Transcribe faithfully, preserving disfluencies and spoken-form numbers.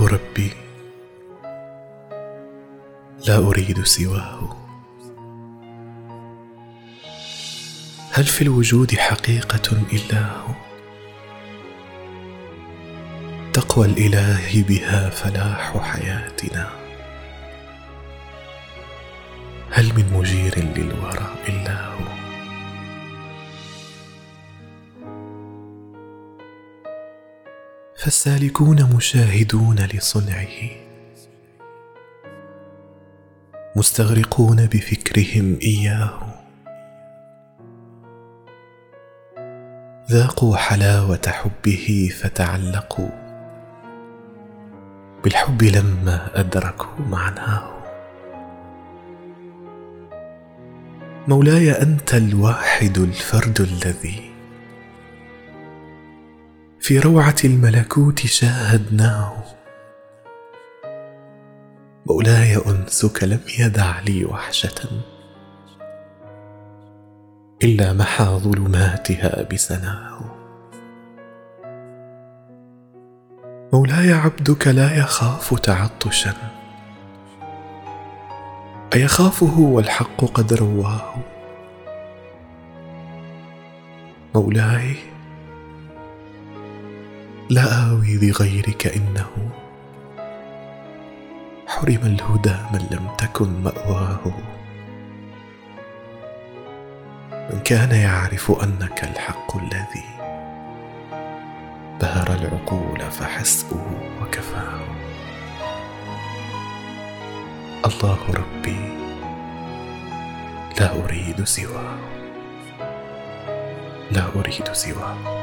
الله ربي لا أريد سواه. هل في الوجود حقيقة إلا هو؟ تقوى الإله بها فلاح حياتنا. هل من مجير للورى إلا هو؟ فالسالكون مشاهدون لصنعه، مستغرقون بفكرهم إياه. ذاقوا حلاوة حبه فتعلقوا بالحب لما أدركوا معناه. مولاي أنت الواحد الفرد الذي في روعة الملكوت شاهدناه. مولاي أنسك لم يدع لي وحشة إلا محى ظلماتها بسناه. مولاي عبدك لا يخاف تعطشا، أيخافه والحق قد رواه. مولاي لا آوي لغيرك، إنه حرم الهدى من لم تكن مأواه. من كان يعرف أنك الحق الذي بهر العقول فحسبه وكفاه. الله ربي لا أريد سواه، لا أريد سواه.